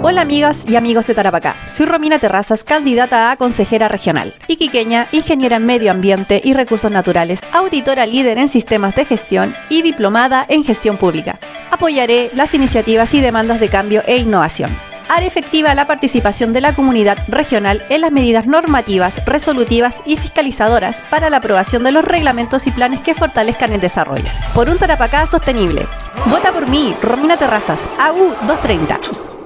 Hola amigas y amigos de Tarapacá, soy Romina Terrazas, candidata a consejera regional, iquiqueña, ingeniera en medio ambiente y recursos naturales, auditora líder en sistemas de gestión y diplomada en gestión pública. Apoyaré las iniciativas y demandas de cambio e innovación. Haré efectiva la participación de la comunidad regional en las medidas normativas, resolutivas y fiscalizadoras para la aprobación de los reglamentos y planes que fortalezcan el desarrollo. Por un Tarapacá sostenible. Vota por mí, Romina Terrazas, AU 230.